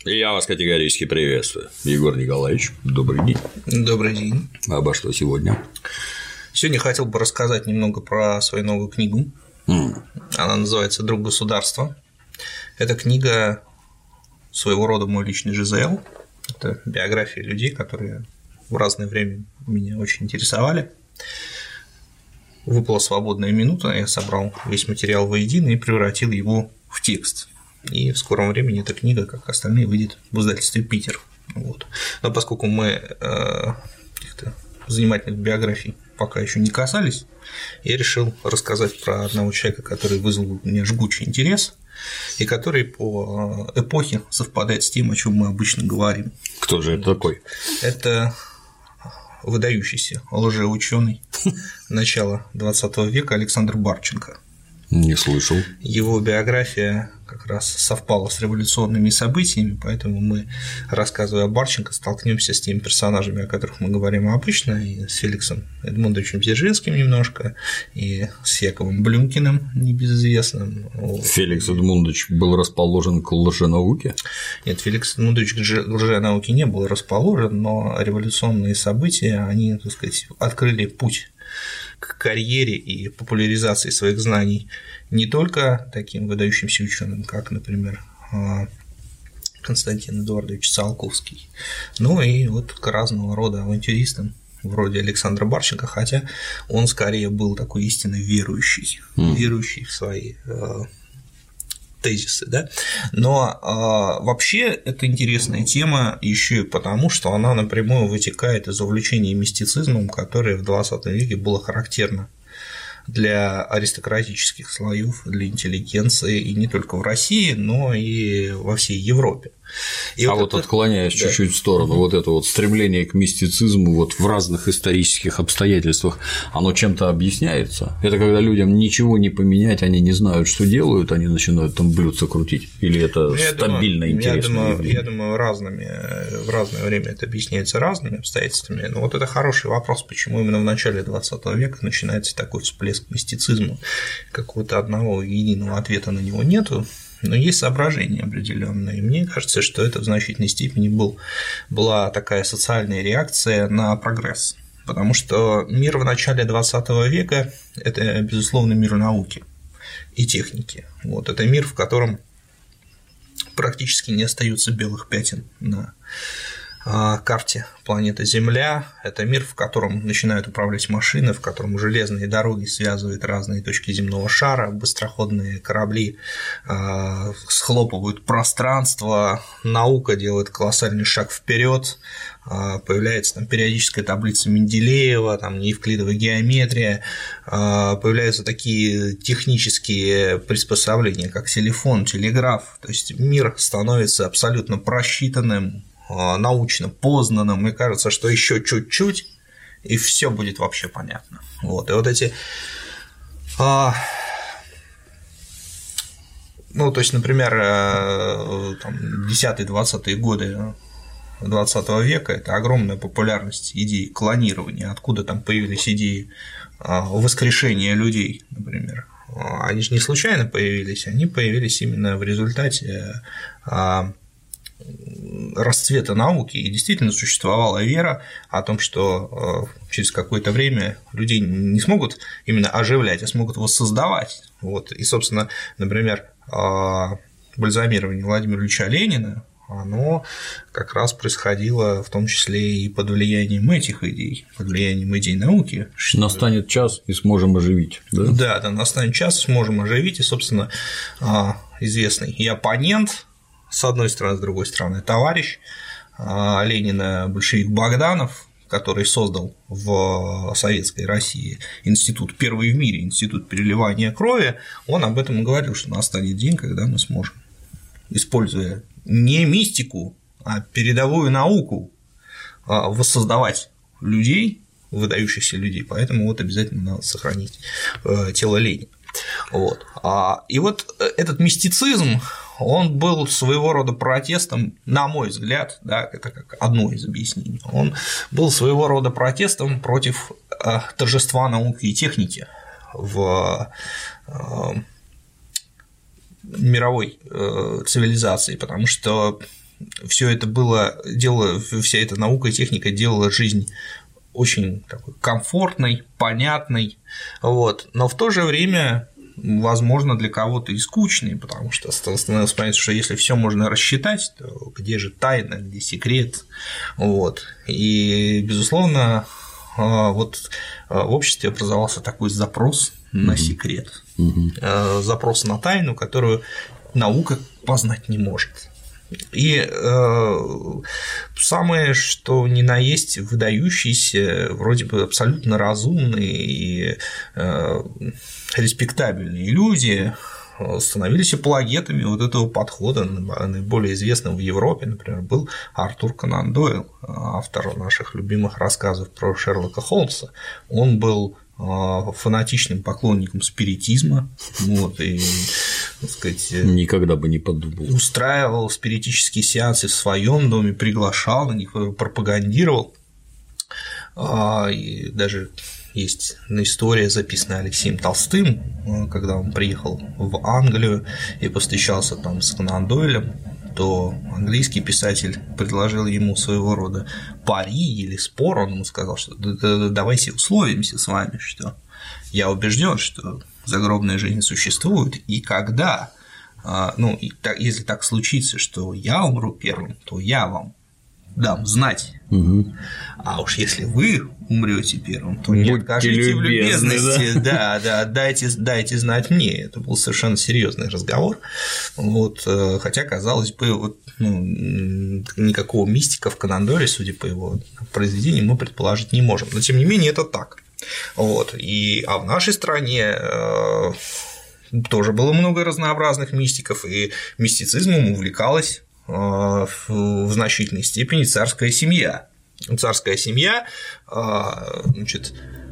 Я вас категорически приветствую. Егор Николаевич, добрый день. Добрый день. Обо что сегодня? Сегодня хотел бы рассказать немного про свою новую книгу. Она называется «Друг государства». Это книга своего рода мой личный ЖЗЛ. Это биографии людей, которые в разное время меня очень интересовали. Выпала свободная минута, я собрал весь материал воедино и превратил его в текст. И в скором времени эта книга, как остальные, выйдет в издательстве «Питер». Вот. Но поскольку мы каких-то занимательных биографий пока еще не касались, я решил рассказать про одного человека, который вызвал у меня жгучий интерес и который по эпохе совпадает с тем, о чем мы обычно говорим. Кто же это такой? Это выдающийся лжеученый начала XX века Александр Барченко. Не слышал. Его биография как раз совпала с революционными событиями, поэтому мы, рассказывая о Барченко, столкнемся с теми персонажами, о которых мы говорим обычно, и с Феликсом Эдмундовичем Дзержинским немножко, и с Яковом Блюмкиным, небезызвестным. Феликс Эдмундович был расположен к лженауке? Нет, Феликс Эдмундович к лженауке не был расположен, но революционные события, они, так сказать, открыли путь к карьере и популяризации своих знаний не только таким выдающимся ученым, как, например, Константин Эдуардович Циолковский, но и вот к разного рода авантюристам вроде Александра Барченко, хотя он скорее был такой истинно верующий в свои тезисы, да? Но вообще это интересная тема еще и потому, что она напрямую вытекает из увлечения мистицизмом, которое в XX веке было характерно для аристократических слоев, для интеллигенции, и не только в России, но и во всей Европе. И вот это... отклоняясь чуть-чуть в сторону, вот это вот стремление к мистицизму вот в разных исторических обстоятельствах, оно чем-то объясняется? Это когда людям ничего не поменять, они не знают, что делают, они начинают там блюдца крутить? Или это стабильно интересно? Я думаю, в разное время это объясняется разными обстоятельствами, но вот это хороший вопрос, почему именно в начале XX века начинается такой всплеск мистицизма, какого-то одного единого ответа на него нету. Но есть соображения определенные. Мне кажется, что это в значительной степени была такая социальная реакция на прогресс, потому что мир в начале XX века – это, безусловно, мир науки и техники. Вот, это мир, в котором практически не остается белых пятен на карте планеты Земля. Это мир, в котором начинают управлять машины, в котором железные дороги связывают разные точки земного шара, быстроходные корабли схлопывают пространство, наука делает колоссальный шаг вперед, появляется там периодическая таблица Менделеева, там неевклидовая геометрия, появляются такие технические приспособления, как телефон, телеграф, то есть мир становится абсолютно просчитанным, научно познанным, мне кажется, что еще чуть-чуть, и все будет вообще понятно. Вот. И вот эти ну, то есть, например, 10-20-е годы XX века – это огромная популярность идей клонирования, откуда там появились идеи воскрешения людей, например. Они же не случайно появились, они появились именно в результате расцвета науки, и действительно существовала вера о том, что через какое-то время людей не смогут именно оживлять, а смогут воссоздавать. Вот. И, собственно, например, бальзамирование Владимира Ильича Ленина, оно как раз происходило в том числе и под влиянием этих идей, под влиянием идей науки. Настанет час и сможем оживить, да? Да, настанет час, сможем оживить, и, собственно, известный и оппонент, с одной стороны, с другой стороны, товарищ Ленина, большевик Богданов, который создал в Советской России институт, первый в мире институт переливания крови, он об этом и говорил, что настанет день, когда мы сможем, используя не мистику, а передовую науку, воссоздавать людей, выдающихся людей, поэтому вот обязательно надо сохранить тело Ленина. Вот. И вот этот мистицизм, он был своего рода протестом, на мой взгляд, да, это как одно из объяснений, он был своего рода протестом против торжества науки и техники в мировой цивилизации, потому что все это вся эта наука и техника делала жизнь очень такой комфортной, понятной, вот, но в то же время, возможно, для кого-то и скучной, потому что становилось понятно, что если все можно рассчитать, то где же тайна, где секрет, вот, и, безусловно, вот в обществе образовался такой запрос на секрет, запрос на тайну, которую наука познать не может. И самое, что ни на есть, выдающиеся, вроде бы абсолютно разумные и респектабельные люди становились апологетами вот этого подхода. Наиболее известным в Европе, например, был Артур Конан Дойл, автор наших любимых рассказов про Шерлока Холмса. Он был фанатичным поклонником спиритизма, вот, и, так сказать, никогда бы не подумал. Устраивал спиритические сеансы в своем доме, приглашал на них, пропагандировал. И даже есть история, записанная Алексеем Толстым, когда он приехал в Англию и повстречался там с Конан Дойлем, то английский писатель предложил ему своего рода пари или спор, он ему сказал, что давайте условимся с вами, что я убежден, что загробная жизнь существует, и когда, если так случится, что я умру первым, то я вам дам знать, а уж если вы умрете первым, то не откажите в любезности, да, дайте знать мне. Это был совершенно серьезный разговор, вот, хотя, казалось бы, вот, никакого мистика в Конан Дойле, судя по его произведениям, мы предположить не можем, но тем не менее это так. Вот, а в нашей стране тоже было много разнообразных мистиков, и мистицизмом увлекалась в значительной степени царская семья. Царская семья, значит,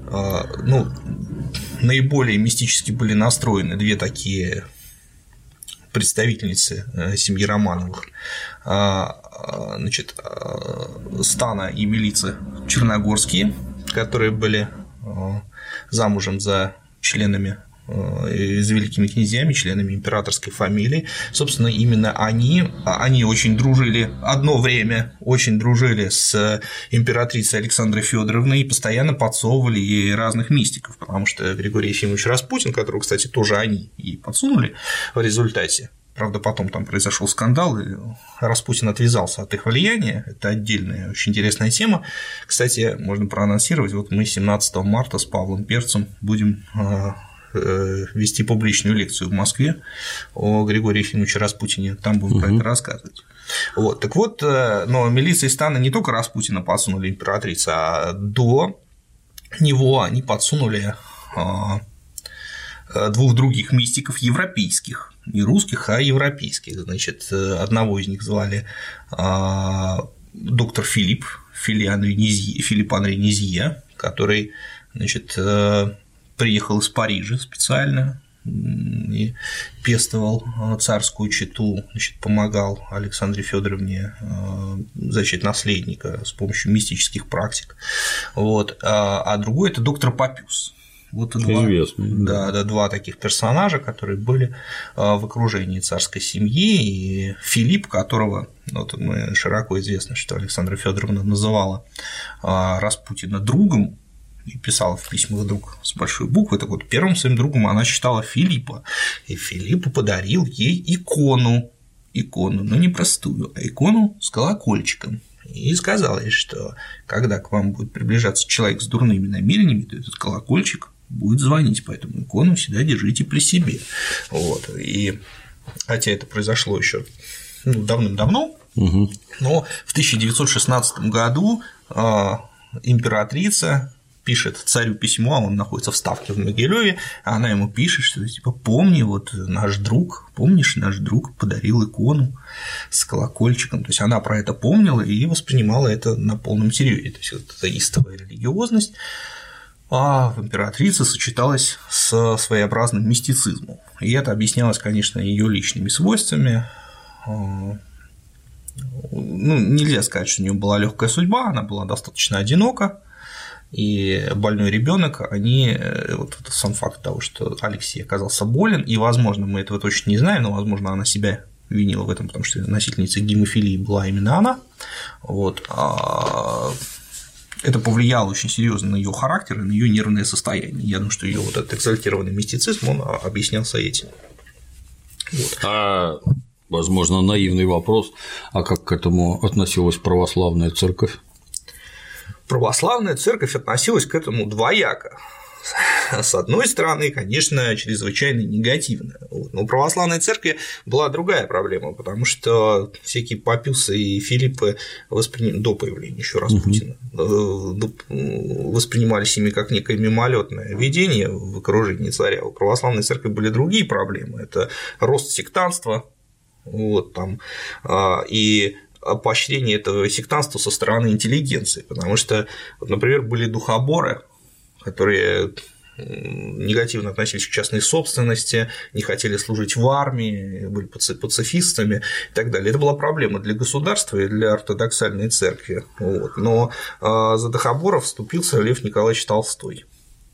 наиболее мистически были настроены две такие представительницы семьи Романовых, значит, Стана и Милица Черногорские, которые были замужем за членами с великими князьями, членами императорской фамилии. Собственно, именно они очень дружили, одно время очень дружили с императрицей Александрой Фёдоровной и постоянно подсовывали ей разных мистиков, потому что Григорий Ефимович Распутин, которого, кстати, тоже они ей подсунули в результате, правда, потом там произошел скандал, и Распутин отвязался от их влияния, это отдельная очень интересная тема. Кстати, можно проанонсировать, вот мы 17 марта с Павлом Перцем будем вести публичную лекцию в Москве о Григории Ефимовиче Распутине, там будем про это рассказывать. Вот, так вот, но милиция и Стана не только Распутина подсунули императрице, а до него они подсунули двух других мистиков европейских, не русских, а европейских. Значит, одного из них звали доктор Филипп Анри Низье, который, значит, приехал из Парижа специально и пестовал царскую чету, значит, помогал Александре Фёдоровне зачать наследника с помощью мистических практик. Вот. А другой – это доктор Папюс. Вот два таких персонажа, которые были в окружении царской семьи, и Филипп, которого, вот мы широко известно, что Александра Фёдоровна называла Распутина другом, и писала в письмах друг с большой буквы, так вот первым своим другом она считала Филиппа, и Филипп подарил ей икону, но не простую, а икону с колокольчиком, и сказал ей, что когда к вам будет приближаться человек с дурными намерениями, то этот колокольчик будет звонить, поэтому икону всегда держите при себе. Вот. И хотя это произошло еще давным-давно, но в 1916 году императрица пишет царю письмо, а он находится в Ставке в Могилёве, а она ему пишет, что типа помни, вот наш друг подарил икону с колокольчиком, то есть она про это помнила и воспринимала это на полном серьезе, то есть вот эта истовая религиозность в императрице сочеталась с своеобразным мистицизмом, и это объяснялось, конечно, ее личными свойствами. Нельзя сказать, что у нее была легкая судьба, она была достаточно одинока, и больной ребенок, вот сам факт того, что Алексей оказался болен, и, возможно, мы этого точно не знаем, но, возможно, она себя винила в этом, потому что носительницей гемофилии была именно она. Вот. Это повлияло очень серьезно на ее характер и на ее нервное состояние. Я думаю, что ее вот этот экзальтированный мистицизм, он объяснялся этим. Вот. Возможно, наивный вопрос, а как к этому относилась православная церковь? Православная церковь относилась к этому двояко. С одной стороны, конечно, чрезвычайно негативно. Но у православной церкви была другая проблема, потому что всякие папюсы и Филиппы до появления еще Распутина воспринимались ими как некое мимолетное видение в окружении царя. У православной церкви были другие проблемы. Это рост сектантства, вот, там, и поощрение этого сектантства со стороны интеллигенции, потому что, например, были духоборы, которые негативно относились к частной собственности, не хотели служить в армии, были пацифистами и так далее. Это была проблема для государства и для ортодоксальной церкви. Вот. Но за духоборов вступился Лев Николаевич Толстой.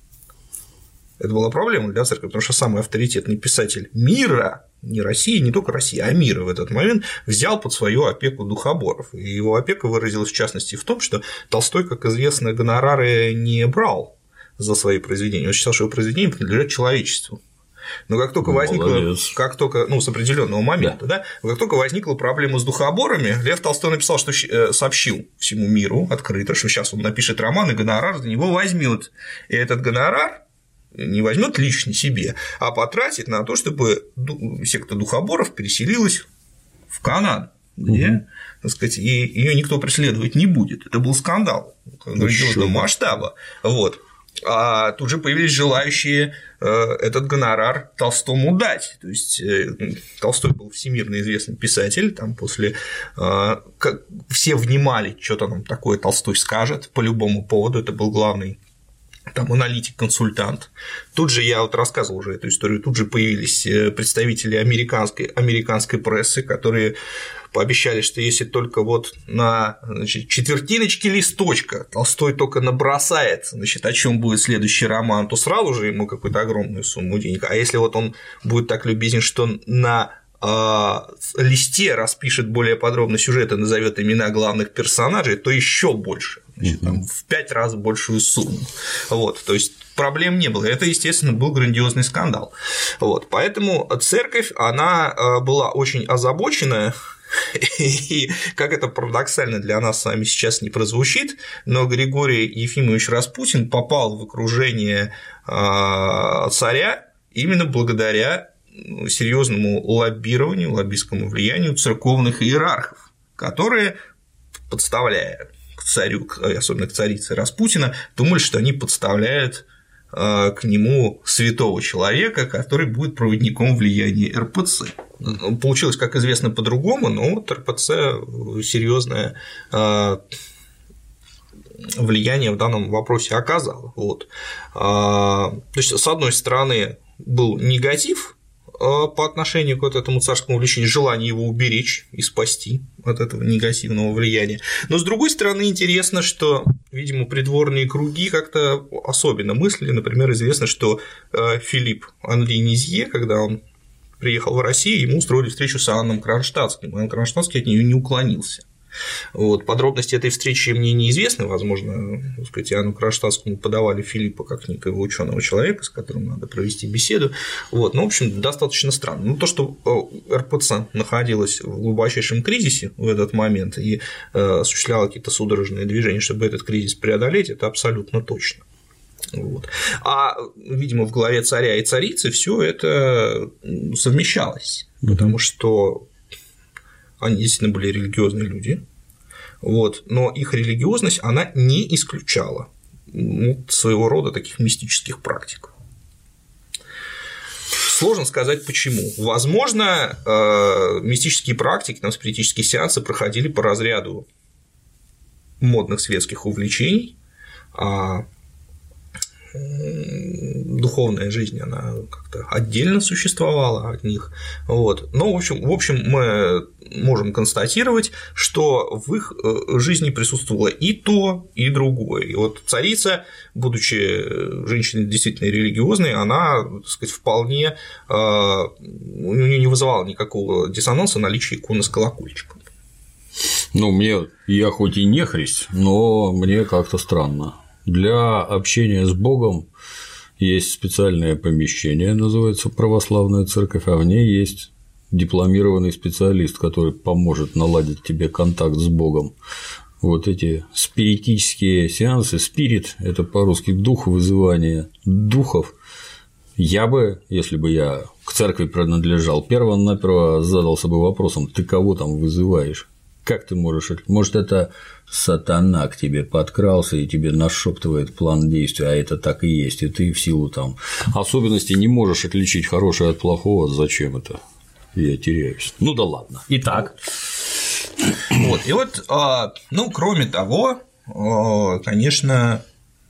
Это была проблема для церкви, потому что самый авторитетный писатель мира, не России, не только России, а мира в этот момент взял под свою опеку духоборов. И его опека выразилась в частности в том, что Толстой, как известно, гонорары не брал за свои произведения. Он считал, что его произведения принадлежат человечеству. Но как только возникла, с определенного момента, да, как только возникла проблема с духоборами, Лев Толстой написал, что сообщил всему миру открыто, что сейчас он напишет роман, и гонорар за него возьмет. И этот гонорар не возьмет лично себе, а потратит на то, чтобы секта духоборов переселилась в Канаан, где, так сказать, ее никто преследовать не будет. Это был скандал грандиозного масштаба. Вот. А тут же появились желающие этот гонорар Толстому дать. То есть Толстой был всемирно известный писатель, там после все внимали, что-то нам такое Толстой скажет по любому поводу, это был главный там аналитик-консультант. Тут же, я вот рассказывал уже эту историю, тут же появились представители американской прессы, которые пообещали, что если только вот на четвертиночке листочка Толстой только набросает, о чем будет следующий роман, то сразу же ему какую-то огромную сумму денег. А если вот он будет так любезен, что на листе распишет более подробно сюжет и назовет имена главных персонажей, то еще больше. Там, в 5 раз большую сумму. Вот, то есть проблем не было. Это, естественно, был грандиозный скандал. Вот, поэтому церковь, она была очень озабочена, и как это парадоксально для нас с вами сейчас не прозвучит, но Григорий Ефимович Распутин попал в окружение царя именно благодаря серьезному лоббированию, лоббистскому влиянию церковных иерархов, которые, подставляя к царю, особенно к царице Распутина, думали, что они подставляют к нему святого человека, который будет проводником влияния РПЦ. Получилось, как известно, по-другому, но вот РПЦ серьезное влияние в данном вопросе оказало. Вот. То есть, с одной стороны, был негатив по отношению к вот этому царскому влечению, желание его уберечь и спасти от этого негативного влияния. Но с другой стороны, интересно, что, видимо, придворные круги как-то особенно мыслили. Например, известно, что Филипп Анри Низье, когда он приехал в Россию, ему устроили встречу с Иоанном Кронштадтским. Иоанн Кронштадтский от нее не уклонился. Вот. Подробности этой встречи мне неизвестны, возможно, так сказать, Иоанну Кронштадтскому подавали Филиппа как некого ученого человека, с которым надо провести беседу. Вот. Ну, в общем, достаточно странно. Но то, что РПЦ находилась в глубочайшем кризисе в этот момент и осуществляла какие-то судорожные движения, чтобы этот кризис преодолеть, это абсолютно точно. Вот. А, видимо, в голове царя и царицы все это совмещалось, потому что они действительно были религиозные люди, вот, но их религиозность, она не исключала своего рода таких мистических практик. Сложно сказать почему. Возможно, мистические практики, там, спиритические сеансы проходили по разряду модных светских увлечений, духовная жизнь, она как-то отдельно существовала от них. Вот. Но, в общем, мы можем констатировать, что в их жизни присутствовало и то, и другое. И вот царица, будучи женщиной действительно религиозной, она, так сказать, вполне у нее не вызывало никакого диссонанса наличие иконы с колокольчиком. Ну, я хоть и не христ, но мне как-то странно. Для общения с Богом есть специальное помещение, называется православная церковь, а в ней есть дипломированный специалист, который поможет наладить тебе контакт с Богом. Вот эти спиритические сеансы, спирит – это по-русски дух, вызывание духов. Я бы, если бы я к церкви принадлежал, перво-наперво задался бы вопросом: ты кого там вызываешь? Как ты можешь… Может, это сатана к тебе подкрался и тебе нашептывает план действия, а это так и есть, и ты в силу там особенностей не можешь отличить хорошее от плохого, зачем это? Я теряюсь. Ну да ладно. Итак. Вот, и вот, ну, кроме того, конечно,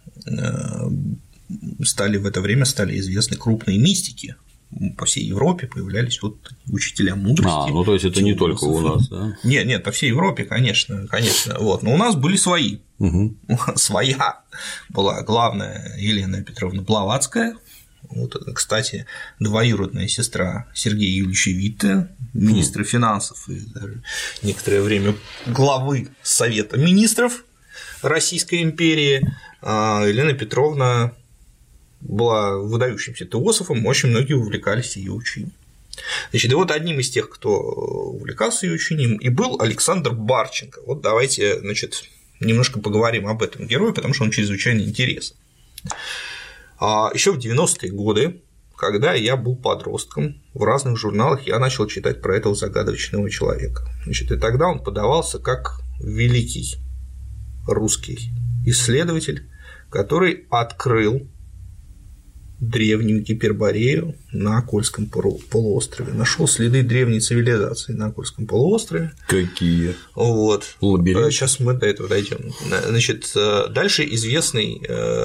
в это время стали известны крупные мистики. По всей Европе появлялись вот учителя мудрости. Ну то есть это не только у нас, да? Нет, по всей Европе, конечно. Вот. Но у нас были свои. Своя была главная Елена Петровна Блаватская. Вот, кстати, двоюродная сестра Сергея Юрьевича Витте, министра финансов и даже некоторое время главы Совета министров Российской империи. Елена Петровна была выдающимся теософом, очень многие увлекались ее учением. Значит, и вот одним из тех, кто увлекался ее учением, и был Александр Барченко. Вот давайте, значит, немножко поговорим об этом герое, потому что он чрезвычайно интересен. Еще в 90-е годы, когда я был подростком, в разных журналах я начал читать про этого загадочного человека. Значит, и тогда он подавался как великий русский исследователь, который открыл древнюю Гиперборею на Кольском полуострове, нашел следы древней цивилизации на Кольском полуострове. Какие? Вот. Лабиринт. Сейчас мы до этого дойдем. Значит, дальше известный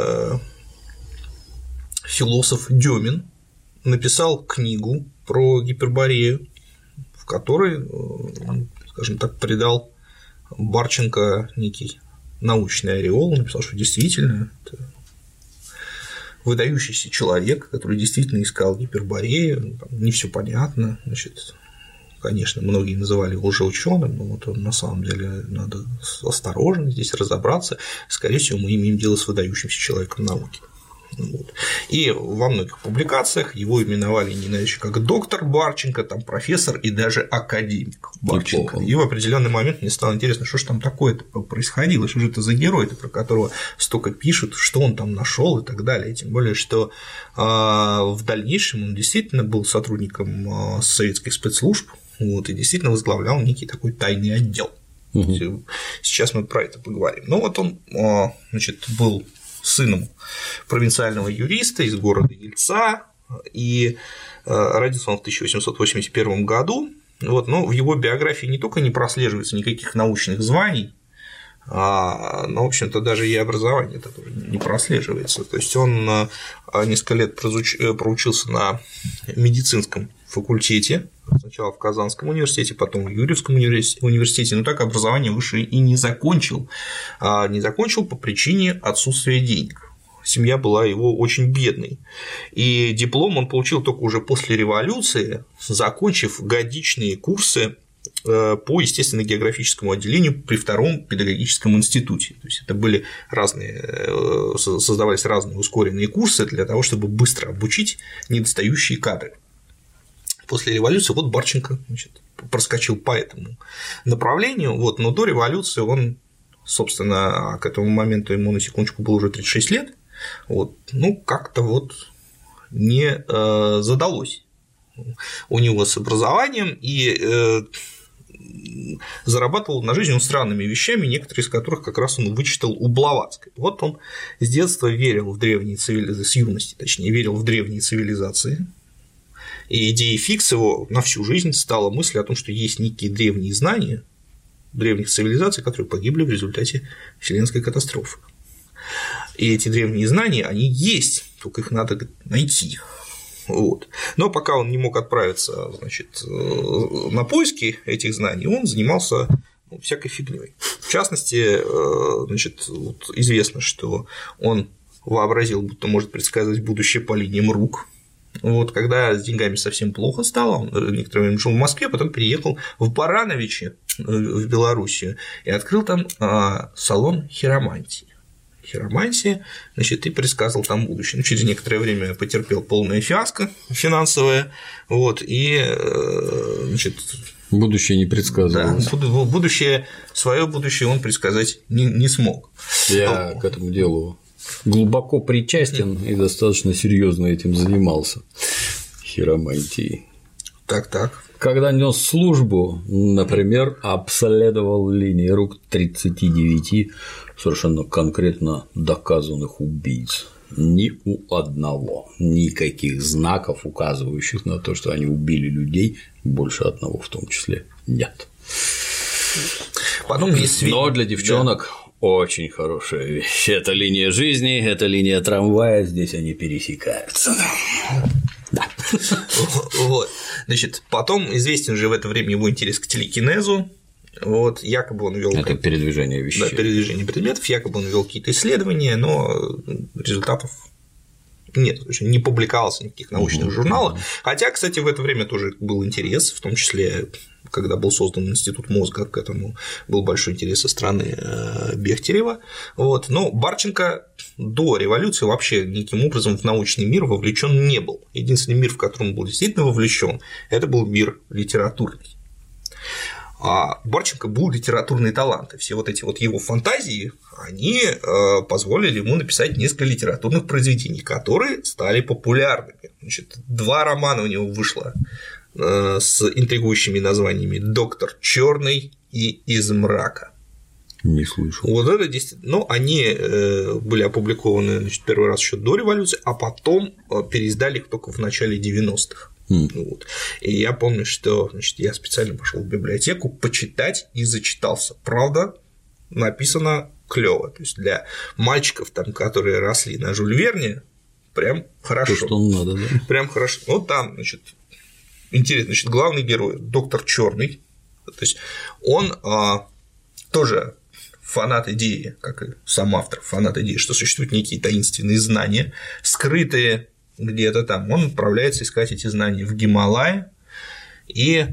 философ Дёмин написал книгу про Гиперборею, в которой, скажем так, придал Барченко некий научный ореол, он написал, что действительно это выдающийся человек, который действительно искал Гиперборею, не все понятно, значит, конечно, многие называли его лжеученым, но вот он, на самом деле надо осторожно здесь разобраться, скорее всего, мы имеем дело с выдающимся человеком науки. Вот. И во многих публикациях его именовали не иначе как доктор Барченко, там профессор и даже академик Барченко. И в определенный момент мне стало интересно, что же там такое-то происходило, что же это за герой-то, про которого столько пишут, что он там нашел и так далее. И тем более, что в дальнейшем он действительно был сотрудником советских спецслужб, вот, и действительно возглавлял некий такой тайный отдел. Сейчас мы про это поговорим. Но вот он, значит, был сыном провинциального юриста из города Ельца, и родился он в 1881 году. Вот, но в его биографии не только не прослеживается никаких научных званий, но, в общем-то, даже и образование это тоже не прослеживается. То есть он несколько лет проучился на медицинском факультете, сначала в Казанском университете, потом в Юрьевском университете, но так образование высшее и не закончил. Не закончил по причине отсутствия денег. Семья была его очень бедной. И диплом он получил только уже после революции, закончив годичные курсы по естественно-географическому отделению при Втором педагогическом институте. То есть это были создавались разные ускоренные курсы для того, чтобы быстро обучить недостающие кадры. После революции вот Барченко, значит, проскочил по этому направлению, вот, но до революции он, собственно, к этому моменту ему на секундочку было уже 36 лет, вот, ну, как-то вот не задалось у него с образованием, и зарабатывал на жизнь он странными вещами, некоторые из которых как раз он вычитал у Блаватской. Вот он с детства верил в древние цивилизации, с юности, точнее, верил в древние цивилизации. И идеей фикс его на всю жизнь стала мысль о том, что есть некие древние знания древних цивилизаций, которые погибли в результате Вселенской катастрофы. И эти древние знания, они есть только их надо найти. Вот. Но пока он не мог отправиться, значит, на поиски этих знаний, он занимался всякой фигней. В частности, значит, вот известно, что он вообразил, будто может предсказывать будущее по линиям рук. Вот, когда с деньгами совсем плохо стало, он некоторое время жил в Москве, потом переехал в Барановичи в Белоруссию и открыл там салон хиромантии. Значит, и предсказывал там будущее. Через некоторое время потерпел полное фиаско финансовое, вот, и, значит, будущее не предсказывал. Да, свое будущее он предсказать не смог. Я к этому делу глубоко причастен и достаточно серьезно этим занимался. Хиромантией. Так. Когда нес службу, например, обследовал линии рук 39 совершенно конкретно доказанных убийц. Ни у одного никаких знаков, указывающих на то, что они убили людей, больше одного в том числе, нет. Потом есть Но для девчонок очень хорошая вещь. Это линия жизни, это линия трамвая, здесь они пересекаются. Да. Вот. Значит, потом известен же в это время его интерес к телекинезу. Вот, якобы он вел. Это передвижение вещей. Да, передвижение предметов, якобы он вел какие-то исследования, но результатов нет, не публиковался в никаких научных журналах. Хотя, кстати, в это время тоже был интерес, в том числе, когда был создан институт мозга, к этому был большой интерес со стороны Бехтерева. Вот. Но Барченко до революции вообще никаким образом в научный мир вовлечен не был. Единственный мир, в котором он был действительно вовлечен, это был мир литературный. А у Барченко был литературный талант, и все вот эти вот его фантазии, они позволили ему написать несколько литературных произведений, которые стали популярными. Значит, 2 романа у него вышло с интригующими названиями «Доктор Черный» и «Из мрака». Не слышал. Вот это действительно. Ну, они были опубликованы, значит, первый раз еще до революции, а потом переиздали их только в начале 90-х. Вот. И я помню, что, значит, я специально пошел в библиотеку почитать и зачитался. Правда, написано клево. То есть для мальчиков, там, которые росли на Жюль Верне, прям хорошо. То, что надо, да? Прям хорошо. Ну, там, значит, интересно, значит, главный герой доктор Черный. То есть он тоже фанат идеи, как и сам автор, фанат идеи, что существуют некие таинственные знания, скрытые где-то там. Он отправляется искать эти знания в Гималае и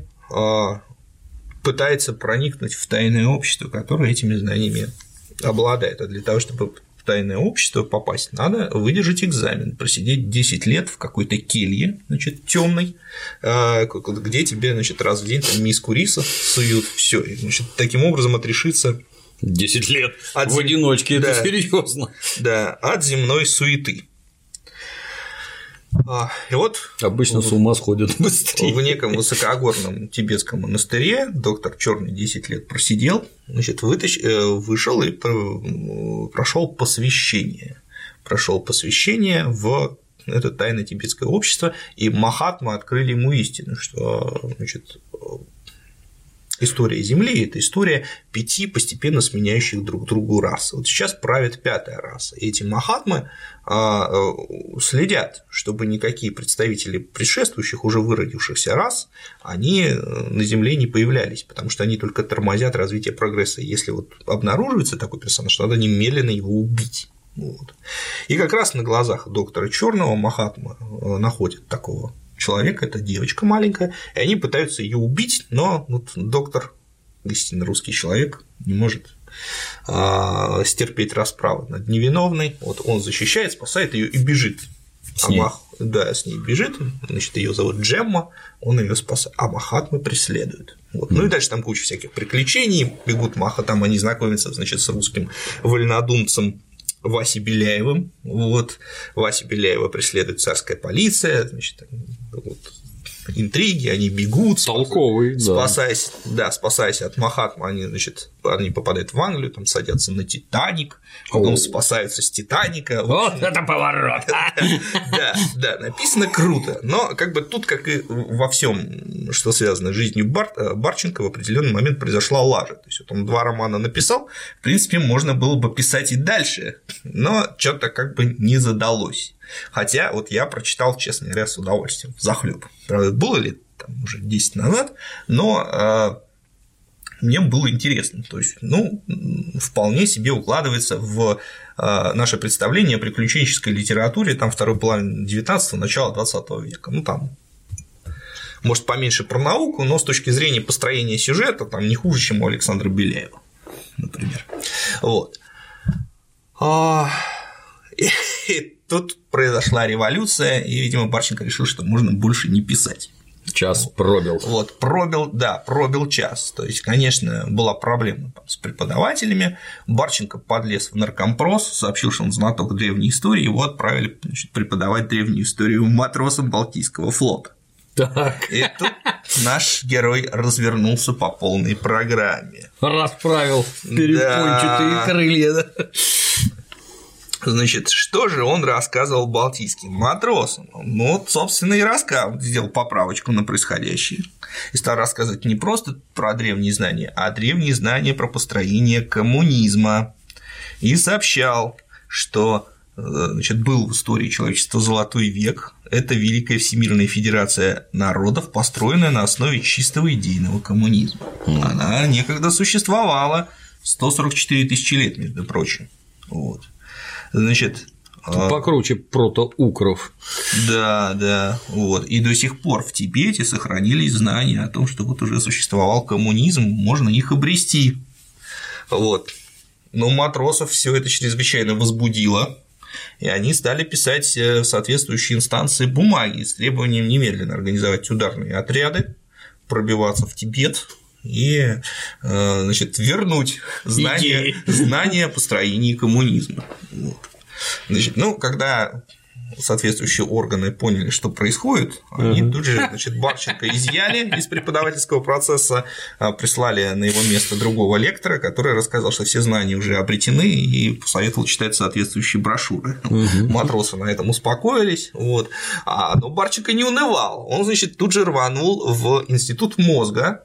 пытается проникнуть в тайное общество, которое этими знаниями обладает. А для того, чтобы в тайное общество попасть, надо выдержать экзамен, просидеть 10 лет в какой-то келье, значит, тёмной, где тебе, значит, раз в день там миску риса суют, все, и, значит, таким образом отрешиться 10 лет в одиночке, это серьезно. Да, от земной суеты. И вот обычно с ума сходят быстрее. В неком высокогорном тибетском монастыре доктор Черный 10 лет просидел, значит, вышел и прошел посвящение. В это тайное тибетское общество, и Махатмы открыли ему истину, что, значит, история Земли – это история 5 постепенно сменяющих друг другу рас. Вот сейчас правит 5-я раса, и эти Махатмы следят, чтобы никакие представители предшествующих, уже выродившихся рас, они на Земле не появлялись, потому что они только тормозят развитие прогресса. Если вот обнаруживается такой персонаж, надо немедленно его убить. Вот. И как раз на глазах доктора Черного Махатма находят такого человека, это девочка маленькая, и они пытаются ее убить, но вот доктор, истинно русский человек, не может стерпеть расправы над невиновной. Вот он защищает, спасает ее и бежит. С ней бежит, значит, ее зовут Джемма, он ее спасает, а Махатмы преследуют. Вот. Ну и дальше там куча всяких приключений, бегут там они знакомятся, значит, с русским вольнодумцем Васей Беляевым. Вот. Вася Беляева преследует царская полиция, значит, вот, интриги, они бегут, толковый, спасаясь от Махатмы, они попадают в Англию, там садятся на Титаник, потом спасаются с Титаника. Вот это поворот! Да, написано круто, но как бы тут, как и во всем, что связано с жизнью Барченко, в определенный момент произошла лажа. То есть вот он 2 романа написал, в принципе, можно было бы писать и дальше, но что-то как бы не задалось. Хотя вот я прочитал, честно говоря, с удовольствием, взахлёб. Правда, было лет там уже 10 назад, но мне было интересно. То есть, вполне себе укладывается в наше представление о приключенческой литературе там второй половины 19-го, начала 20 века. Там, может, поменьше про науку, но с точки зрения построения сюжета там не хуже, чем у Александра Беляева, например. Вот. И тут произошла революция, и, видимо, Барченко решил, что можно больше не писать. Час пробил. Вот, пробил час. То есть, конечно, была проблема там с преподавателями. Барченко подлез в наркомпрос, сообщил, что он знаток древней истории, его отправили, значит, преподавать древнюю историю матросам Балтийского флота. Так. И тут наш герой развернулся по полной программе. Расправил перепончатые крылья, да? Значит, что же он рассказывал балтийским матросам? Собственно, и сделал поправочку на происходящее. И стал рассказывать не просто про древние знания, а древние знания про построение коммунизма. И сообщал, что был в истории человечества золотой век. Это Великая Всемирная Федерация народов, построенная на основе чистого идейного коммунизма. Она некогда существовала 144 тысячи лет, между прочим. Вот. Значит, покруче протоукров. Да, вот. И до сих пор в Тибете сохранились знания о том, что вот уже существовал коммунизм, можно их обрести. Вот. Но матросов все это чрезвычайно возбудило, и они стали писать в соответствующие инстанции бумаги с требованием немедленно организовать ударные отряды, пробиваться в Тибет и, значит, вернуть знания о построении коммунизма. Вот. Значит, когда соответствующие органы поняли, что происходит, они тут же, значит, Барченко изъяли из преподавательского процесса, прислали на его место другого лектора, который рассказал, что все знания уже обретены, и посоветовал читать соответствующие брошюры. Матросы на этом успокоились, вот. Но Барченко не унывал, он, значит, тут же рванул в институт мозга,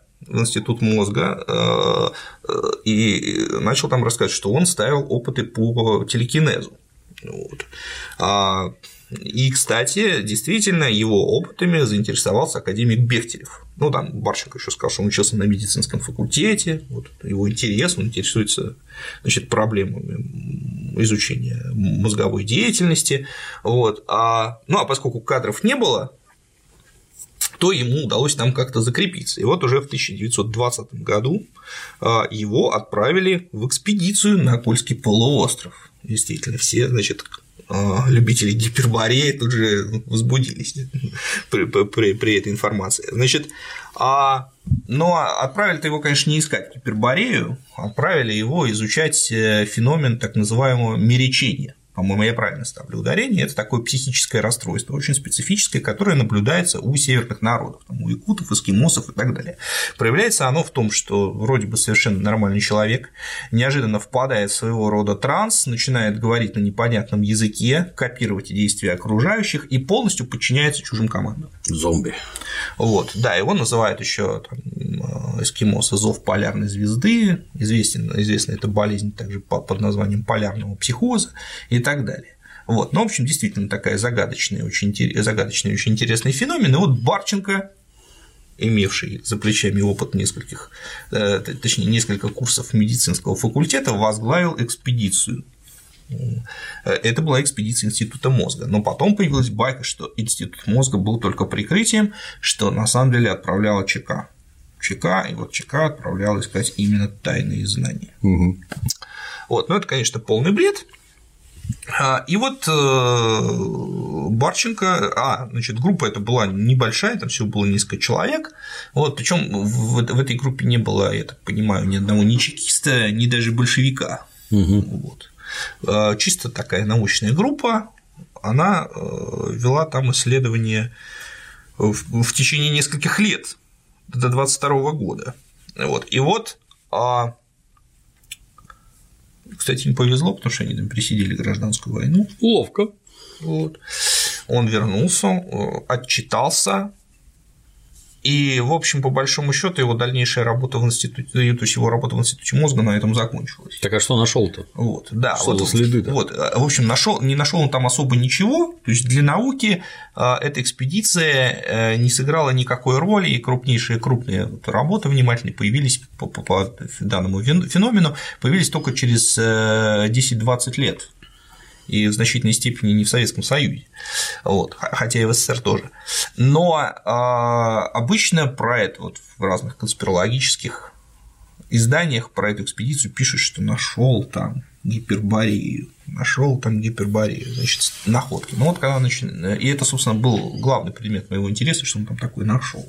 и начал там рассказывать, что он ставил опыты по телекинезу. Вот. И, кстати, действительно, его опытами заинтересовался академик Бехтерев. Там Барченко еще сказал, что он учился на медицинском факультете, вот его интерес, он интересуется, значит, проблемами изучения мозговой деятельности. Вот. А поскольку кадров не было, то ему удалось там как-то закрепиться. И вот уже в 1920 году его отправили в экспедицию на Кольский полуостров. Действительно, все, значит, любители гипербореи тут же возбудились при этой информации. Значит, но отправили-то его, конечно, не искать гиперборею, отправили его изучать феномен так называемого меречения. По-моему, я правильно ставлю ударение, это такое психическое расстройство, очень специфическое, которое наблюдается у северных народов, у якутов, эскимосов и так далее. Проявляется оно в том, что вроде бы совершенно нормальный человек неожиданно впадает в своего рода транс, начинает говорить на непонятном языке, копировать действия окружающих и полностью подчиняется чужим командам. Зомби. Вот, да, его называют еще эскимосы зов полярной звезды, известна эта болезнь также под названием полярного психоза и так далее. Вот. В общем, действительно такая загадочный, очень интересный феномен. И вот Барченко, имевший за плечами опыт несколько курсов медицинского факультета, возглавил экспедицию. Это была экспедиция Института мозга. Но потом появилась байка, что Институт мозга был только прикрытием, что на самом деле отправляла ЧК. И вот ЧК отправлял искать именно тайные знания. Вот. Это, конечно, полный бред. И вот Барченко, значит, группа эта была небольшая, там всего было несколько человек, вот, причем в этой группе не было, я так понимаю, ни одного ни чекиста, ни даже большевика. Вот. Чисто такая научная группа, она вела там исследования в течение нескольких лет, до 22 года. Вот. И вот, кстати, не повезло, потому что они там пересидели гражданскую войну. Ловко. Вот. Он вернулся, отчитался И, в общем, по большому счету, его дальнейшая работа в институте, то есть его работа в институте мозга на этом закончилась. Так а что нашел-то? Вот, да. Что за следы-то? Вот, в общем, не нашел он там особо ничего. То есть для науки эта экспедиция не сыграла никакой роли, и крупные работы внимательные появились по данному феномену, появились только через 10-20 лет. И в значительной степени не в Советском Союзе, вот, хотя и в СССР тоже. Но обычно про это вот в разных конспирологических изданиях про эту экспедицию пишут, что нашел там Гиперборею, значит, находки. Ну вот когда и это, собственно, был главный предмет моего интереса, что он там такой нашел.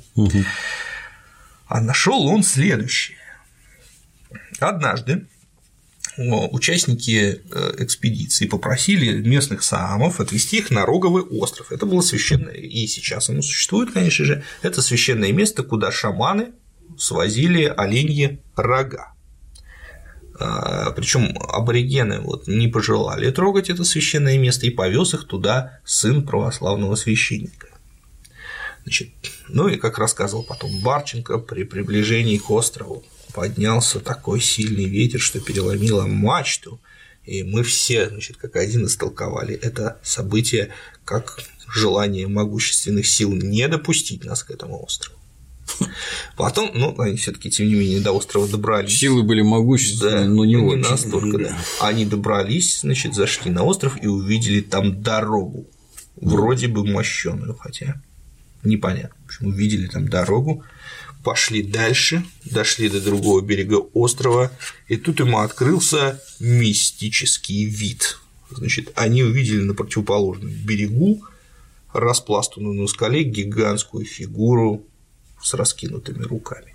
А нашел он следующее. Однажды участники экспедиции попросили местных саамов отвезти их на Роговый остров. Это было священное, и сейчас оно существует, конечно же, это священное место, куда шаманы свозили оленьи рога. Причем аборигены не пожелали трогать это священное место, и повез их туда сын православного священника. Значит, ну и, как рассказывал потом Барченко, при приближении к острову поднялся такой сильный ветер, что переломило мачту, и мы все, значит, как один истолковали это событие как желание могущественных сил не допустить нас к этому острову. Потом, они все-таки, тем не менее, до острова добрались. Силы были могущественные, но не очень. Не настолько, да. Они добрались, значит, зашли на остров и увидели там дорогу, вроде бы мощёную, хотя непонятно. В общем, увидели там дорогу, пошли дальше, дошли до другого берега острова, и тут ему открылся мистический вид. Значит, они увидели на противоположном берегу распластанную на скале гигантскую фигуру с раскинутыми руками.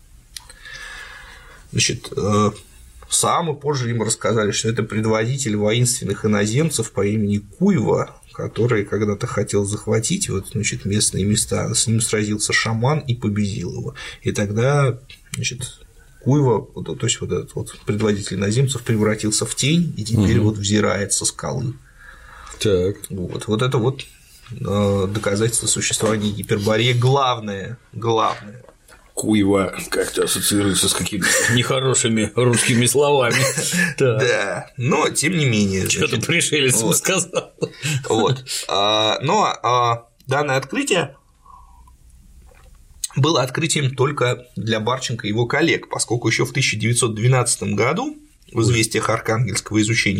Значит, саамы позже им рассказали, что это предводитель воинственных иноземцев по имени Куйва, который когда-то хотел захватить значит, местные места, с ним сразился шаман и победил его. И тогда, значит, Куйва, то есть этот предводитель иноземцев, превратился в тень и теперь взирает со скалы. Так. Вот это доказательство существования Гипербореи главное. Куйва как-то ассоциируется с какими-то нехорошими русскими словами. Да, но тем не менее. Что-то пришелец сказал. Но данное открытие было открытием только для Барченко и его коллег, поскольку еще в 1912 году в известиях Архангельского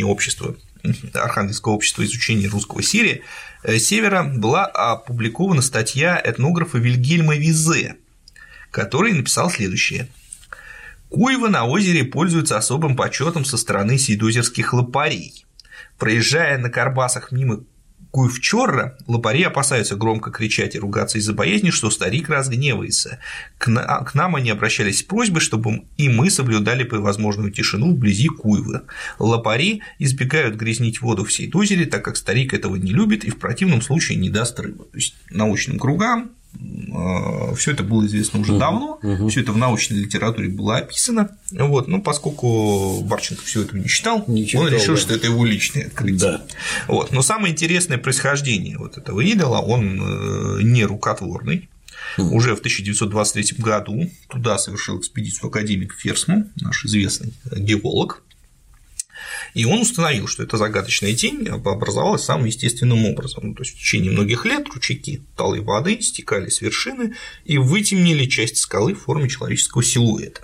общества изучения русского севера была опубликована статья этнографа Вильгельма Визе, который написал следующее. Куйва на озере пользуется особым почетом со стороны сейдозерских лопарей. Проезжая на карбасах мимо Куйвчорра, лопари опасаются громко кричать и ругаться из-за боязни, что старик разгневается. К нам они обращались с просьбой, чтобы и мы соблюдали возможную тишину вблизи Куйвы. Лопари избегают грязнить воду в сейдозере, так как старик этого не любит и в противном случае не даст рыбы. То есть научным кругам все это было известно уже давно, все это в научной литературе было описано, но поскольку Барченко все это не читал, он решил, что это его личное открытие. Да. Но самое интересное происхождение этого идола, он не рукотворный. Уже в 1923 году туда совершил экспедицию академик Ферсман, наш известный геолог. И он установил, что эта загадочная тень образовалась самым естественным образом. То есть в течение многих лет ручейки талой воды стекали с вершины и вытемнили часть скалы в форме человеческого силуэта.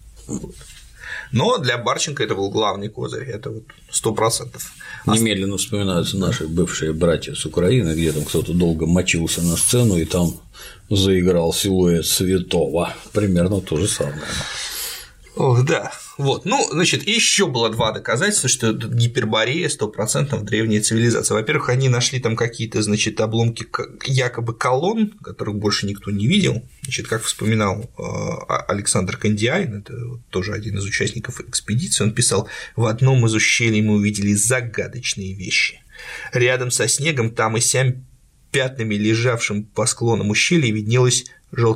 Но для Барченко это был главный козырь, это 100%. Немедленно вспоминаются наши бывшие братья с Украины, где там кто-то долго мочился на сцену, и там заиграл силуэт святого. Примерно то же самое. Да. Значит, еще было два доказательства, что Гиперборея 100% древняя цивилизация. Во-первых, они нашли там какие-то, значит, обломки якобы колонн, которых больше никто не видел. Значит, как вспоминал Александр Кандиайн, это тоже один из участников экспедиции, он писал: в одном из ущелий мы увидели загадочные вещи. Рядом со снегом там и сям пятнами, лежавшим по склонам ущелья, виднелась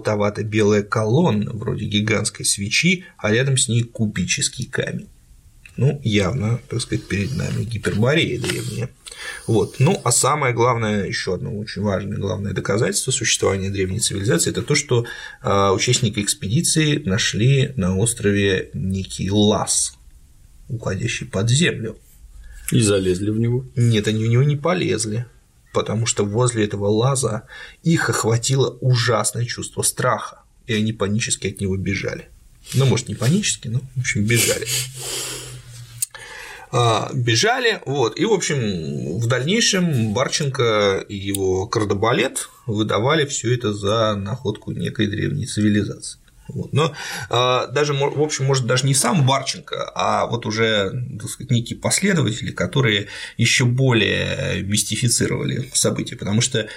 желтовато-белая колонна, вроде гигантской свечи, а рядом с ней кубический камень. Ну, явно, так сказать, перед нами Гиперборея древняя. Вот. Ну, а самое главное, еще одно очень важное главное доказательство существования древней цивилизации – это то, что участники экспедиции нашли на острове некий лаз, уходящий под землю. И залезли в него? Нет, они в него не полезли, потому что возле этого лаза их охватило ужасное чувство страха, и они панически от него бежали. Ну, может, не панически, но, в общем, бежали. Вот, и, в общем, в дальнейшем Барченко и его кардебалет выдавали все это за находку некой древней цивилизации. Вот. Но даже, в общем, может, даже не сам Барченко, а вот уже, так сказать, некие последователи, которые еще более мистифицировали события, потому что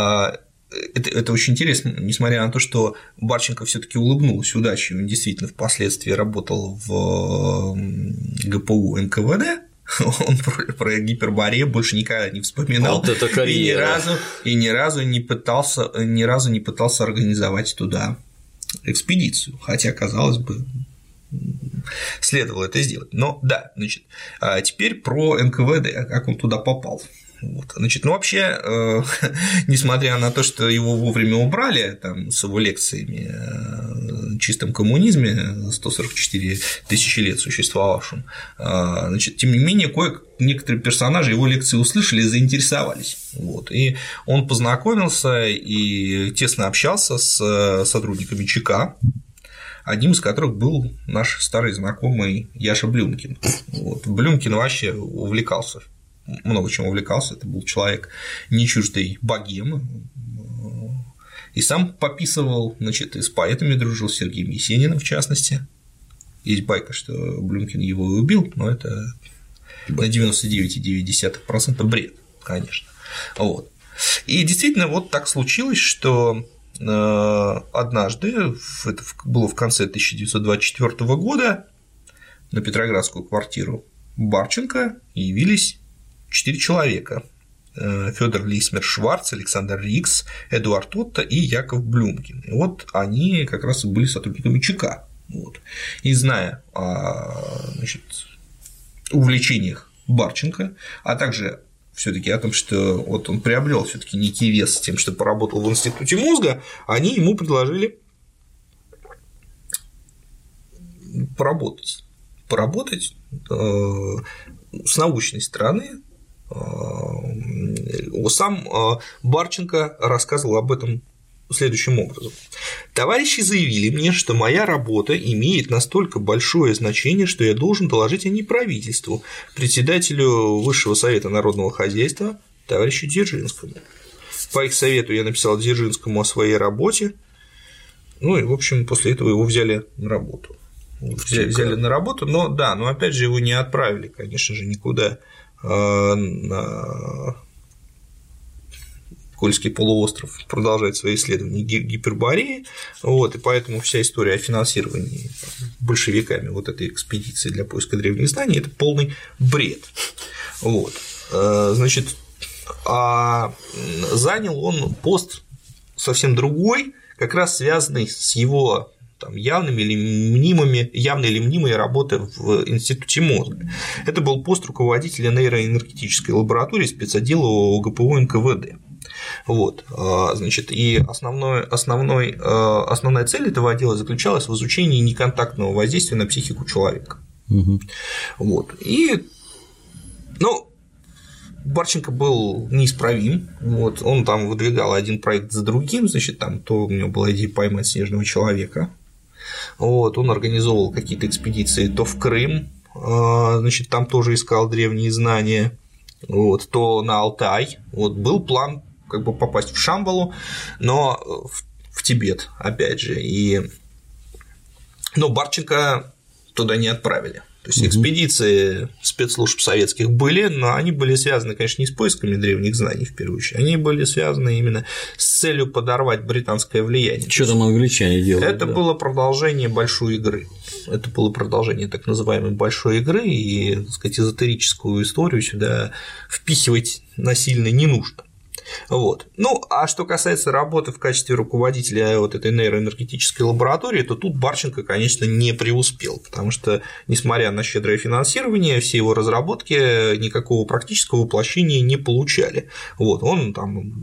это очень интересно, несмотря на то, что Барченко все-таки улыбнулась удачей, он действительно впоследствии работал в ГПУ НКВД, он про Гиперборею больше никогда не вспоминал, вот это карьера. и ни разу не пытался организовать туда экспедицию, хотя, казалось бы, следовало это сделать. Но да, значит, теперь про НКВД, как он туда попал. Вот. Значит, ну вообще, несмотря на то, что его вовремя убрали там, с его лекциями о чистом коммунизме, 144 тысячи лет существовавшим, значит, тем не менее, некоторые персонажи его лекции услышали и заинтересовались. Вот. И он познакомился и тесно общался с сотрудниками ЧК, одним из которых был наш старый знакомый Яша Блюмкин. Вот. Блюмкин вообще много чем увлекался, это был человек не чуждый богемы, и сам пописывал, значит, и с поэтами дружил, с Сергеем Есениным в частности. Есть байка, что Блюмкин его и убил, но это на 99,9% бред, конечно. Вот. И действительно вот так случилось, что однажды, это было в конце 1924 года, на Петроградскую квартиру Барченко явились 4 человека: Фёдор Лисмер-Шварц, Александр Рикс, Эдуард Отто и Яков Блюмкин. И вот они как раз и были сотрудниками ЧК. Вот. И зная о, значит, увлечениях Барченко, а также все-таки о том, что вот он приобрел все-таки некий вес тем, что поработал в Институте мозга, они ему предложили поработать с научной стороны. Сам Барченко рассказывал об этом следующим образом. Товарищи заявили мне, что моя работа имеет настолько большое значение, что я должен доложить о ней правительству, председателю Высшего совета народного хозяйства товарищу Дзержинскому. По их совету я написал Дзержинскому о своей работе, ну и, в общем, после этого его взяли на работу. Взяли на работу, но да, но опять же его не отправили, конечно же, никуда на Кольский полуостров продолжать свои исследования Гипербореи, вот, и поэтому вся история о финансировании большевиками вот этой экспедиции для поиска древних знаний – это полный бред. Вот. Значит, занял он пост совсем другой, как раз связанный с его там, явной или мнимой работы в Институте мозга. Это был пост руководителя нейроэнергетической лаборатории спецотдела ОГПУ НКВД. Вот, значит, и основная цель этого отдела заключалась в изучении неконтактного воздействия на психику человека. Угу. Вот. И, Барченко был неисправим, вот, он там выдвигал один проект за другим, значит, там то у него была идея поймать снежного человека, вот, он организовывал какие-то экспедиции то в Крым, значит, там тоже искал древние знания, вот, то на Алтай, вот, был план как бы попасть в Шамбалу, но в Тибет, опять же, но Барченко туда не отправили. То есть экспедиции спецслужб советских были, но они были связаны, конечно, не с поисками древних знаний в первую очередь, они были связаны именно с целью подорвать британское влияние. Что там англичане делали? Это было продолжение большой игры. Это было продолжение так называемой большой игры, и, так сказать, эзотерическую историю сюда впихивать насильно не нужно. Вот. Ну, а что касается работы в качестве руководителя вот этой нейроэнергетической лаборатории, то тут Барченко, конечно, не преуспел, потому что, несмотря на щедрое финансирование, все его разработки никакого практического воплощения не получали. Вот. Он там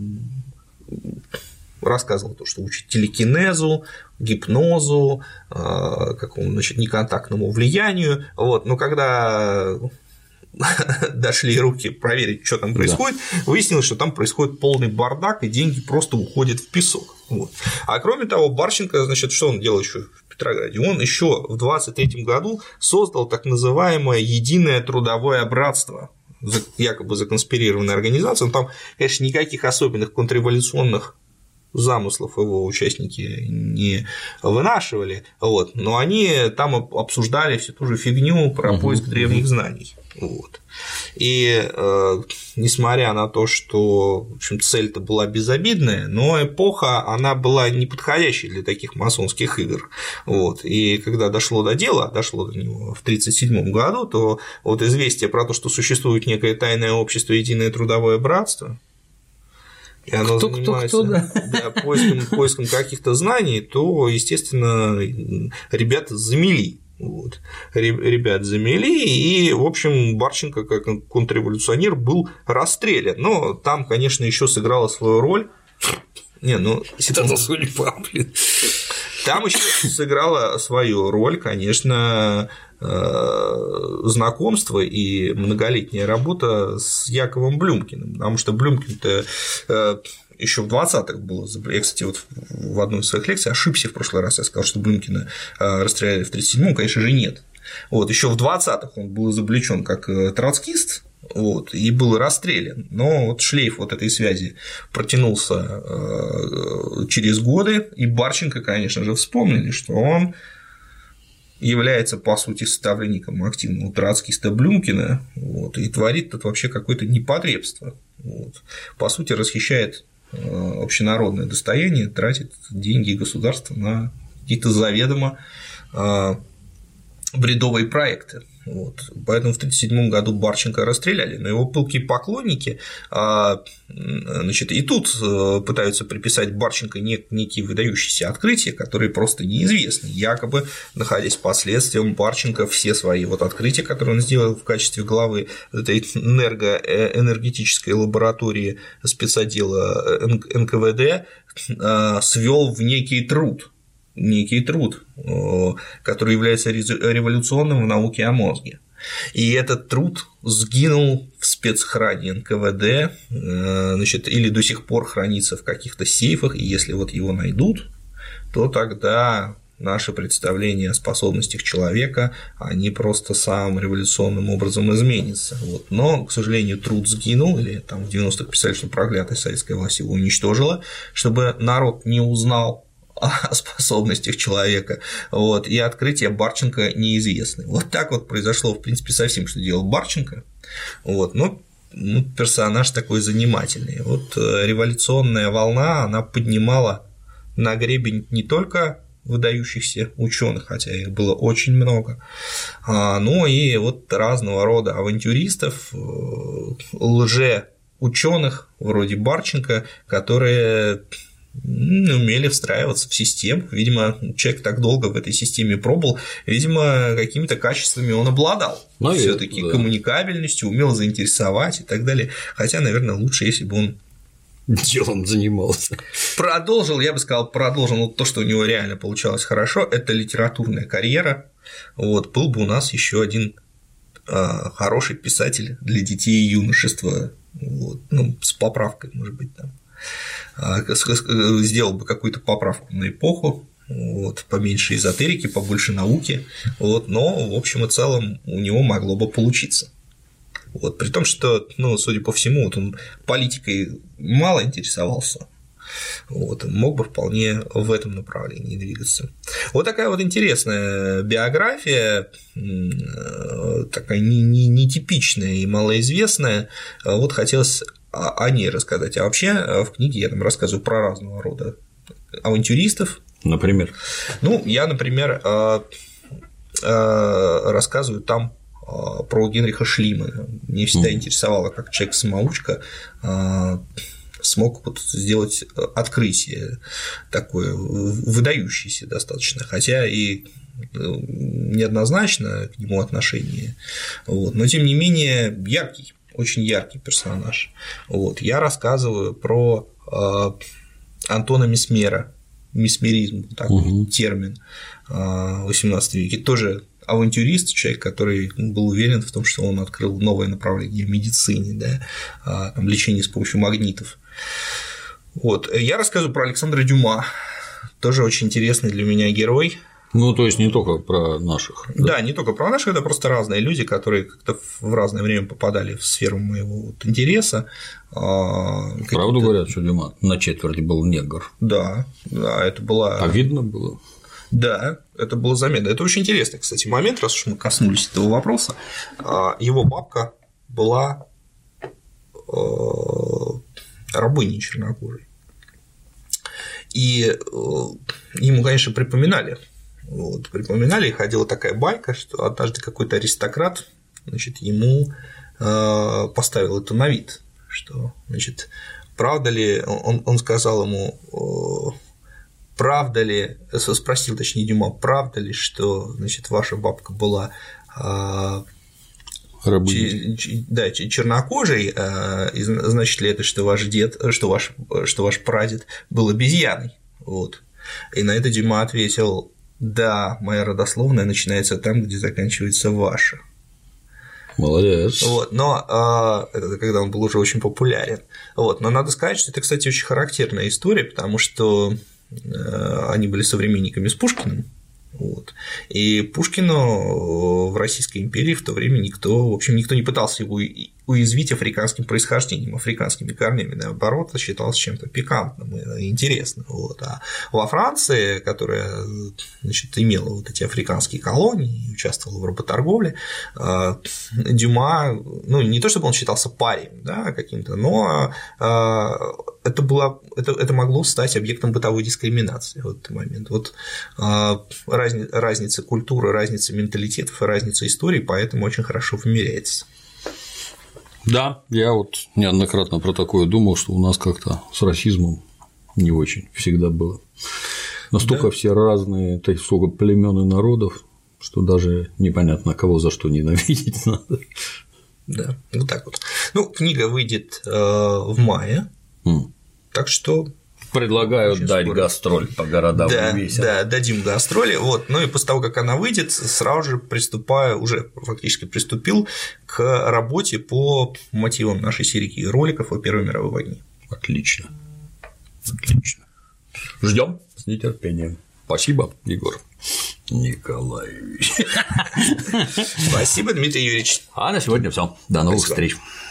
рассказывал то, что учит телекинезу, гипнозу, какому-то, значит, неконтактному влиянию. Вот. Но когда дошли руки проверить, что там происходит, выяснилось, что там происходит полный бардак, и деньги просто уходят в песок. Вот. А кроме того, Барченко, значит, что он делал еще в Петрограде? Он еще в 1923 году создал так называемое Единое трудовое братство, якобы законспирированная организация. Но там, конечно, никаких особенных контрреволюционных замыслов его участники не вынашивали, вот, но они там обсуждали всю ту же фигню про поиск древних знаний. Вот. И несмотря на то, что, в общем, цель-то была безобидная, но эпоха, она была неподходящей для таких масонских игр. Вот. И когда дошло до дела, дошло до него в 1937 году, то вот известие про то, что существует некое тайное общество Единое трудовое братство, и оно занимается поиском каких-то знаний, то, естественно, ребята замели. Вот. Ребят замели, и, в общем, Барченко, как контрреволюционер, был расстрелян. Но там, конечно, еще сыграла свою роль. Это судьба, блин. Там еще сыграла свою роль, конечно, знакомство и многолетняя работа с Яковом Блюмкиным, потому что Блюмкин-то еще в 20-х было. Я, кстати, вот в одной из своих лекций ошибся в прошлый раз, я сказал, что Блюмкина расстреляли в 1937-м, конечно же, нет. Вот, еще в 20-х он был изобличен как троцкист, вот, и был расстрелян, но вот шлейф вот этой связи протянулся через годы, и Барченко, конечно же, вспомнили, что он является, по сути, составленником активного троцкиста Блюмкина, вот, и творит тут вообще какое-то непотребство. Вот. По сути, расхищает общенародное достояние, тратит деньги государства на какие-то заведомо бредовые проекты. Вот. Поэтому в 1937 году Барченко расстреляли, но его пылкие поклонники, значит, и тут пытаются приписать Барченко некие выдающиеся открытия, которые просто неизвестны. Якобы, находясь под следствием, Барченко все свои вот открытия, которые он сделал в качестве главы этой энергетической лаборатории спецотдела НКВД, свел в некий труд, который является революционным в науке о мозге. И этот труд сгинул в спецхране НКВД, значит, или до сих пор хранится в каких-то сейфах, и если вот его найдут, то тогда наши представления о способностях человека, они просто самым революционным образом изменятся. Вот. Но, к сожалению, труд сгинул, или там в 90-х писали, что проклятая советская власть его уничтожила, чтобы народ не узнал о способностях человека, вот, и открытия Барченко неизвестны. Вот так вот произошло, в принципе, со всем, что делал Барченко, вот, но персонаж такой занимательный. Вот революционная волна, она поднимала на гребень не только выдающихся ученых, хотя их было очень много, но и вот разного рода авантюристов, лжеученых вроде Барченко, которые умели встраиваться в систему. Видимо, человек так долго в этой системе пробыл, видимо, какими-то качествами он обладал. Все-таки да. Коммуникабельностью, умел заинтересовать и так далее. Хотя, наверное, лучше, если бы он делом занимался. Продолжил, я бы сказал, вот то, что у него реально получалось хорошо, это литературная карьера. Вот, был бы у нас еще один хороший писатель для детей и юношества, вот, с поправкой, может быть, там. Сделал бы какую-то поправку на эпоху, вот, поменьше эзотерики, побольше науки, вот, но в общем и целом у него могло бы получиться. Вот, при том, что, судя по всему, вот он политикой мало интересовался, вот, мог бы вполне в этом направлении двигаться. Вот такая вот интересная биография, такая нетипичная и малоизвестная, вот хотелось о ней рассказать. А вообще в книге я там рассказываю про разного рода авантюристов. Например? Я, например, рассказываю там про Генриха Шлимана. Мне всегда интересовало, как человек-самоучка смог вот сделать открытие такое выдающееся достаточно, хотя и неоднозначно к нему отношение, вот, но тем не менее яркий, очень яркий персонаж. Вот. Я рассказываю про Антона Месмера, месмеризм, такой термин в XVIII веке, тоже авантюрист, человек, который был уверен в том, что он открыл новое направление в медицине, да, там, лечение с помощью магнитов. Вот. Я рассказываю про Александра Дюма, тоже очень интересный для меня герой. Ну, то есть не только про наших. Да, не только про наших, это просто разные люди, которые как-то в разное время попадали в сферу моего вот интереса. Правду говорят, что Дюма на четверти был негр. Да, это было. А видно было. Да, это было заметно. Это очень интересный, кстати, момент, раз уж мы коснулись этого вопроса. Его бабка была рабыней чернокожей. И ему, конечно, припоминали. Вот, припоминали, и ходила такая байка, что однажды какой-то аристократ, значит, ему поставил это на вид, что, значит, правда ли, он сказал ему, правда ли, спросил, точнее, Дюма, правда ли, что, значит, ваша бабка была чернокожей, и значит ли это, что ваш дед, что ваш прадед был обезьяной, вот. И на это Дюма ответил: да, моя родословная начинается там, где заканчивается ваша. Молодец. Вот, но это когда он был уже очень популярен. Вот, но надо сказать, что это, кстати, очень характерная история, потому что они были современниками с Пушкиным. Вот. И Пушкину в Российской империи в то время никто не пытался его уязвить африканским происхождением, африканскими корнями, наоборот, считалось чем-то пикантным и интересным. Вот. А во Франции, которая, значит, имела вот эти африканские колонии и участвовала в работорговле, Дюма, ну, не то чтобы он считался парием, да, каким-то, но это могло стать объектом бытовой дискриминации в этот момент. Вот разница культуры, разница менталитетов и разница истории, поэтому очень хорошо вымеряется. Да, я вот неоднократно про такое думал, что у нас как-то с расизмом не очень всегда было. Настолько все разные, так сколько племен и народов, что даже непонятно, кого за что ненавидеть надо. Да, вот так вот. Ну, книга выйдет в мае, так что. Предлагаю дать гастроль по городам и весям. Да, дадим гастроли. Вот. Ну и после того, как она выйдет, сразу же уже фактически приступил к работе по мотивам нашей серии роликов о Первой мировой войне. Отлично. Отлично. Ждем с нетерпением. Спасибо, Егор Николаевич. Спасибо, Дмитрий Юрьевич. А на сегодня все. До новых встреч.